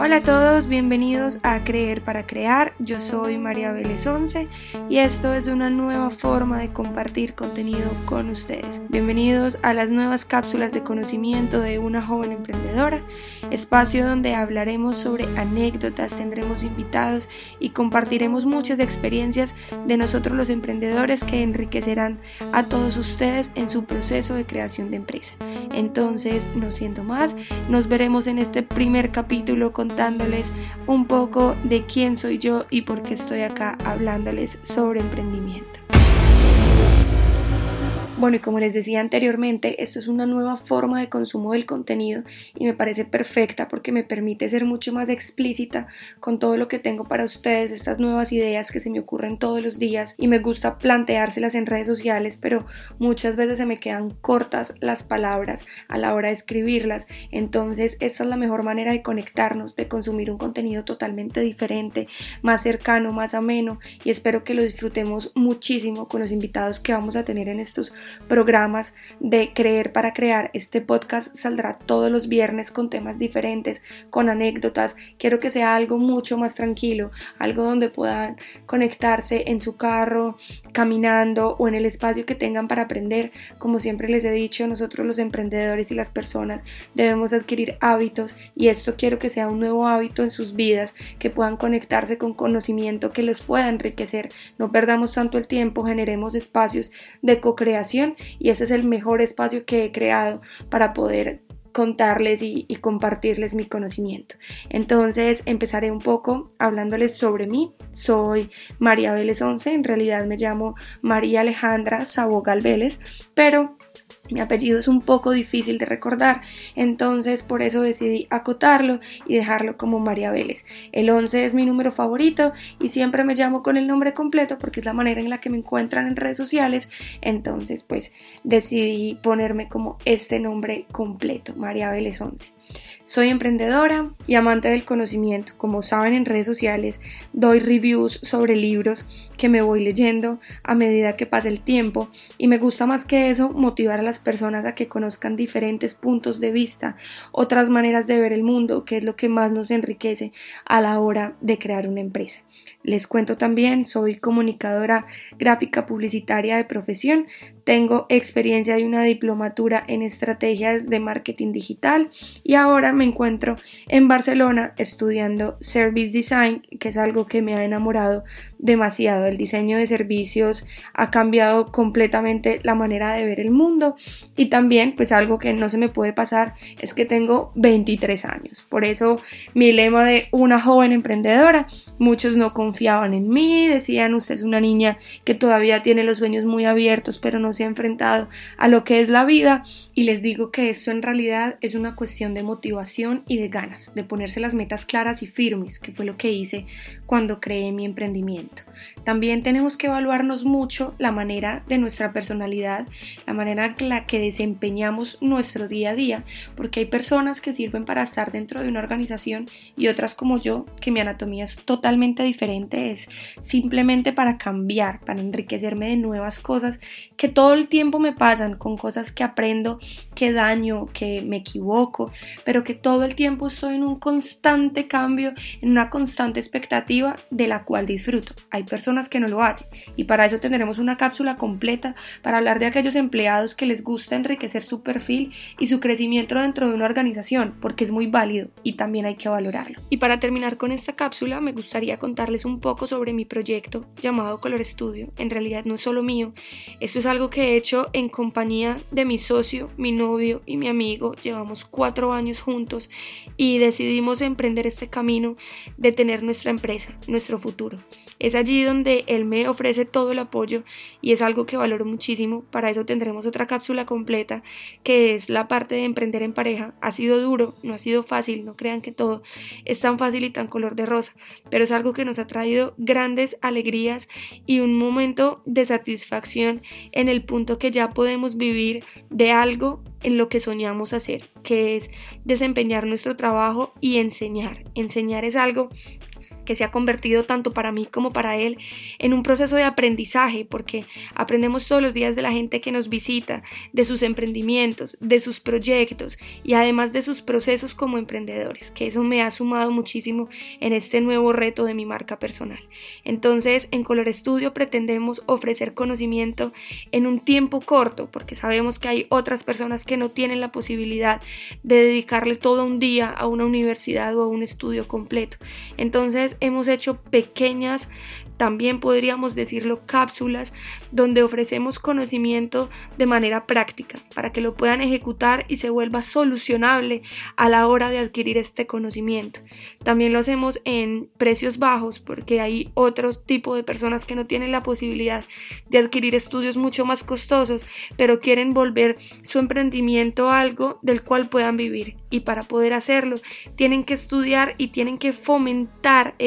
Hola a todos, bienvenidos a Creer para Crear. Yo soy María Vélez Once y esto es una nueva forma de compartir contenido con ustedes. Bienvenidos a las nuevas cápsulas de conocimiento de una joven emprendedora, espacio donde hablaremos sobre anécdotas, tendremos invitados y compartiremos muchas experiencias de nosotros los emprendedores que enriquecerán a todos ustedes en su proceso de creación de empresa. Entonces, no siendo más, nos veremos en este primer capítulo contándoles un poco de quién soy yo y por qué estoy acá hablándoles sobre emprendimiento. Bueno, y como les decía anteriormente, esto es una nueva forma de consumo del contenido y me parece perfecta porque me permite ser mucho más explícita con todo lo que tengo para ustedes, estas nuevas ideas que se me ocurren todos los días y me gusta planteárselas en redes sociales, pero muchas veces se me quedan cortas las palabras a la hora de escribirlas. Entonces esta es la mejor manera de conectarnos, de consumir un contenido totalmente diferente, más cercano, más ameno, y espero que lo disfrutemos muchísimo con los invitados que vamos a tener en estos programas de Creer para Crear. Este podcast saldrá todos los viernes con temas diferentes, con anécdotas. Quiero que sea algo mucho más tranquilo, algo donde puedan conectarse en su carro, caminando o en el espacio que tengan para aprender. Como siempre les he dicho, nosotros los emprendedores y las personas debemos adquirir hábitos y esto quiero que sea un nuevo hábito en sus vidas, que puedan conectarse con conocimiento que los pueda enriquecer. No perdamos tanto el tiempo, generemos espacios de co-creación y ese es el mejor espacio que he creado para poder contarles y compartirles mi conocimiento. Entonces empezaré un poco hablándoles sobre mí. Soy María Vélez Once, en realidad me llamo María Alejandra Sabogal Vélez, pero mi apellido es un poco difícil de recordar, entonces por eso decidí acotarlo y dejarlo como María Vélez. El 11 es mi número favorito y siempre me llamo con el nombre completo porque es la manera en la que me encuentran en redes sociales, entonces pues decidí ponerme como este nombre completo, María Vélez Once. Soy emprendedora y amante del conocimiento. Como saben, en redes sociales doy reviews sobre libros que me voy leyendo a medida que pasa el tiempo y me gusta más que eso motivar a las personas a que conozcan diferentes puntos de vista, otras maneras de ver el mundo, que es lo que más nos enriquece a la hora de crear una empresa. Les cuento también, soy comunicadora gráfica publicitaria de profesión, tengo experiencia de una diplomatura en estrategias de marketing digital y ahora me encuentro en Barcelona estudiando Service Design, que es algo que me ha enamorado demasiado. El diseño de servicios ha cambiado completamente la manera de ver el mundo y también pues algo que no se me puede pasar es que tengo 23 años. Por eso mi lema de una joven emprendedora, muchos no confiaban en mí, decían usted es una niña que todavía tiene los sueños muy abiertos pero no se ha enfrentado a lo que es la vida, y les digo que esto en realidad es una cuestión de motivación y de ganas, de ponerse las metas claras y firmes, que fue lo que hice cuando creé mi emprendimiento. También tenemos que evaluarnos mucho la manera de nuestra personalidad, la manera en la que desempeñamos nuestro día a día, porque hay personas que sirven para estar dentro de una organización y otras como yo, que mi anatomía es totalmente diferente, es simplemente para cambiar, para enriquecerme de nuevas cosas que todo el tiempo me pasan, con cosas que aprendo, que daño, que me equivoco, pero que todo el tiempo estoy en un constante cambio, en una constante expectativa de la cual disfruto. Hay personas que no lo hacen y para eso tendremos una cápsula completa para hablar de aquellos empleados que les gusta enriquecer su perfil y su crecimiento dentro de una organización, porque es muy válido y también hay que valorarlo. Y para terminar con esta cápsula me gustaría contarles un poco sobre mi proyecto llamado Color Studio. En realidad no es solo mío, esto es algo que he hecho en compañía de mi socio, mi novio y mi amigo. Llevamos 4 años juntos y decidimos emprender este camino de tener nuestra empresa, nuestro futuro. Es allí donde él me ofrece todo el apoyo y es algo que valoro muchísimo. Para eso tendremos otra cápsula completa que es la parte de emprender en pareja. Ha sido duro, no ha sido fácil, no crean que todo es tan fácil y tan color de rosa, pero es algo que nos ha traído grandes alegrías y un momento de satisfacción en el punto que ya podemos vivir de algo en lo que soñamos hacer, que es desempeñar nuestro trabajo y enseñar. Enseñar es algo que se ha convertido tanto para mí como para él en un proceso de aprendizaje, porque aprendemos todos los días de la gente que nos visita, de sus emprendimientos, de sus proyectos y además de sus procesos como emprendedores, que eso me ha sumado muchísimo en este nuevo reto de mi marca personal. Entonces, en Color Studio pretendemos ofrecer conocimiento en un tiempo corto, porque sabemos que hay otras personas que no tienen la posibilidad de dedicarle todo un día a una universidad o a un estudio completo. Entonces, hemos hecho pequeñas, también podríamos decirlo, cápsulas donde ofrecemos conocimiento de manera práctica para que lo puedan ejecutar y se vuelva solucionable a la hora de adquirir este conocimiento. También lo hacemos en precios bajos porque hay otro tipo de personas que no tienen la posibilidad de adquirir estudios mucho más costosos, pero quieren volver su emprendimiento algo del cual puedan vivir, y para poder hacerlo tienen que estudiar y tienen que fomentar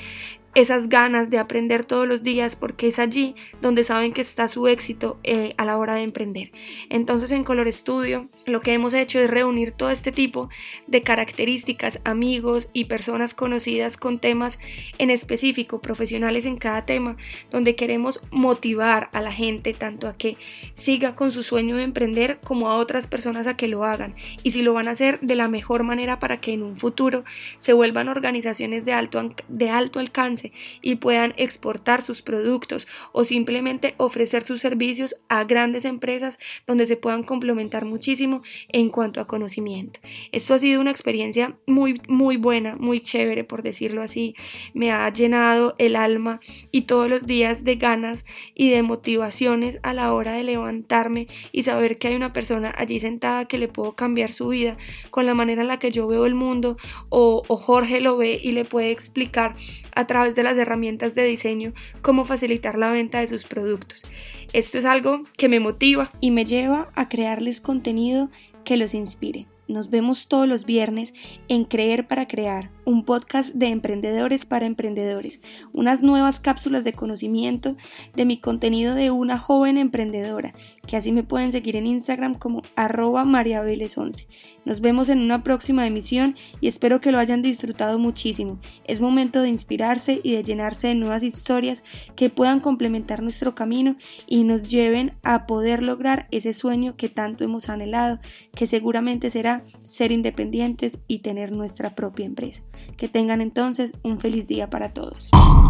esas ganas de aprender todos los días, porque es allí donde saben que está su éxito a la hora de emprender. Entonces, en Color Studio lo que hemos hecho es reunir todo este tipo de características, amigos y personas conocidas con temas en específico, profesionales en cada tema, donde queremos motivar a la gente tanto a que siga con su sueño de emprender como a otras personas a que lo hagan, y si lo van a hacer de la mejor manera para que en un futuro se vuelvan organizaciones de alto alcance y puedan exportar sus productos o simplemente ofrecer sus servicios a grandes empresas donde se puedan complementar muchísimo en cuanto a conocimiento. Esto ha sido una experiencia muy, muy buena, muy chévere, por decirlo así. Me ha llenado el alma y todos los días de ganas y de motivaciones a la hora de levantarme y saber que hay una persona allí sentada que le puedo cambiar su vida con la manera en la que yo veo el mundo, o Jorge lo ve y le puede explicar a través de las herramientas de diseño cómo facilitar la venta de sus productos. Esto es algo que me motiva y me lleva a crearles contenido que los inspire. Nos vemos todos los viernes en Creer para Crear, un podcast de emprendedores para emprendedores, unas nuevas cápsulas de conocimiento de mi contenido de una joven emprendedora, que así me pueden seguir en Instagram como @mariaveles11. Nos vemos en una próxima emisión y espero que lo hayan disfrutado muchísimo. Es momento de inspirarse y de llenarse de nuevas historias que puedan complementar nuestro camino y nos lleven a poder lograr ese sueño que tanto hemos anhelado, que seguramente será ser independientes y tener nuestra propia empresa. Que tengan entonces un feliz día para todos.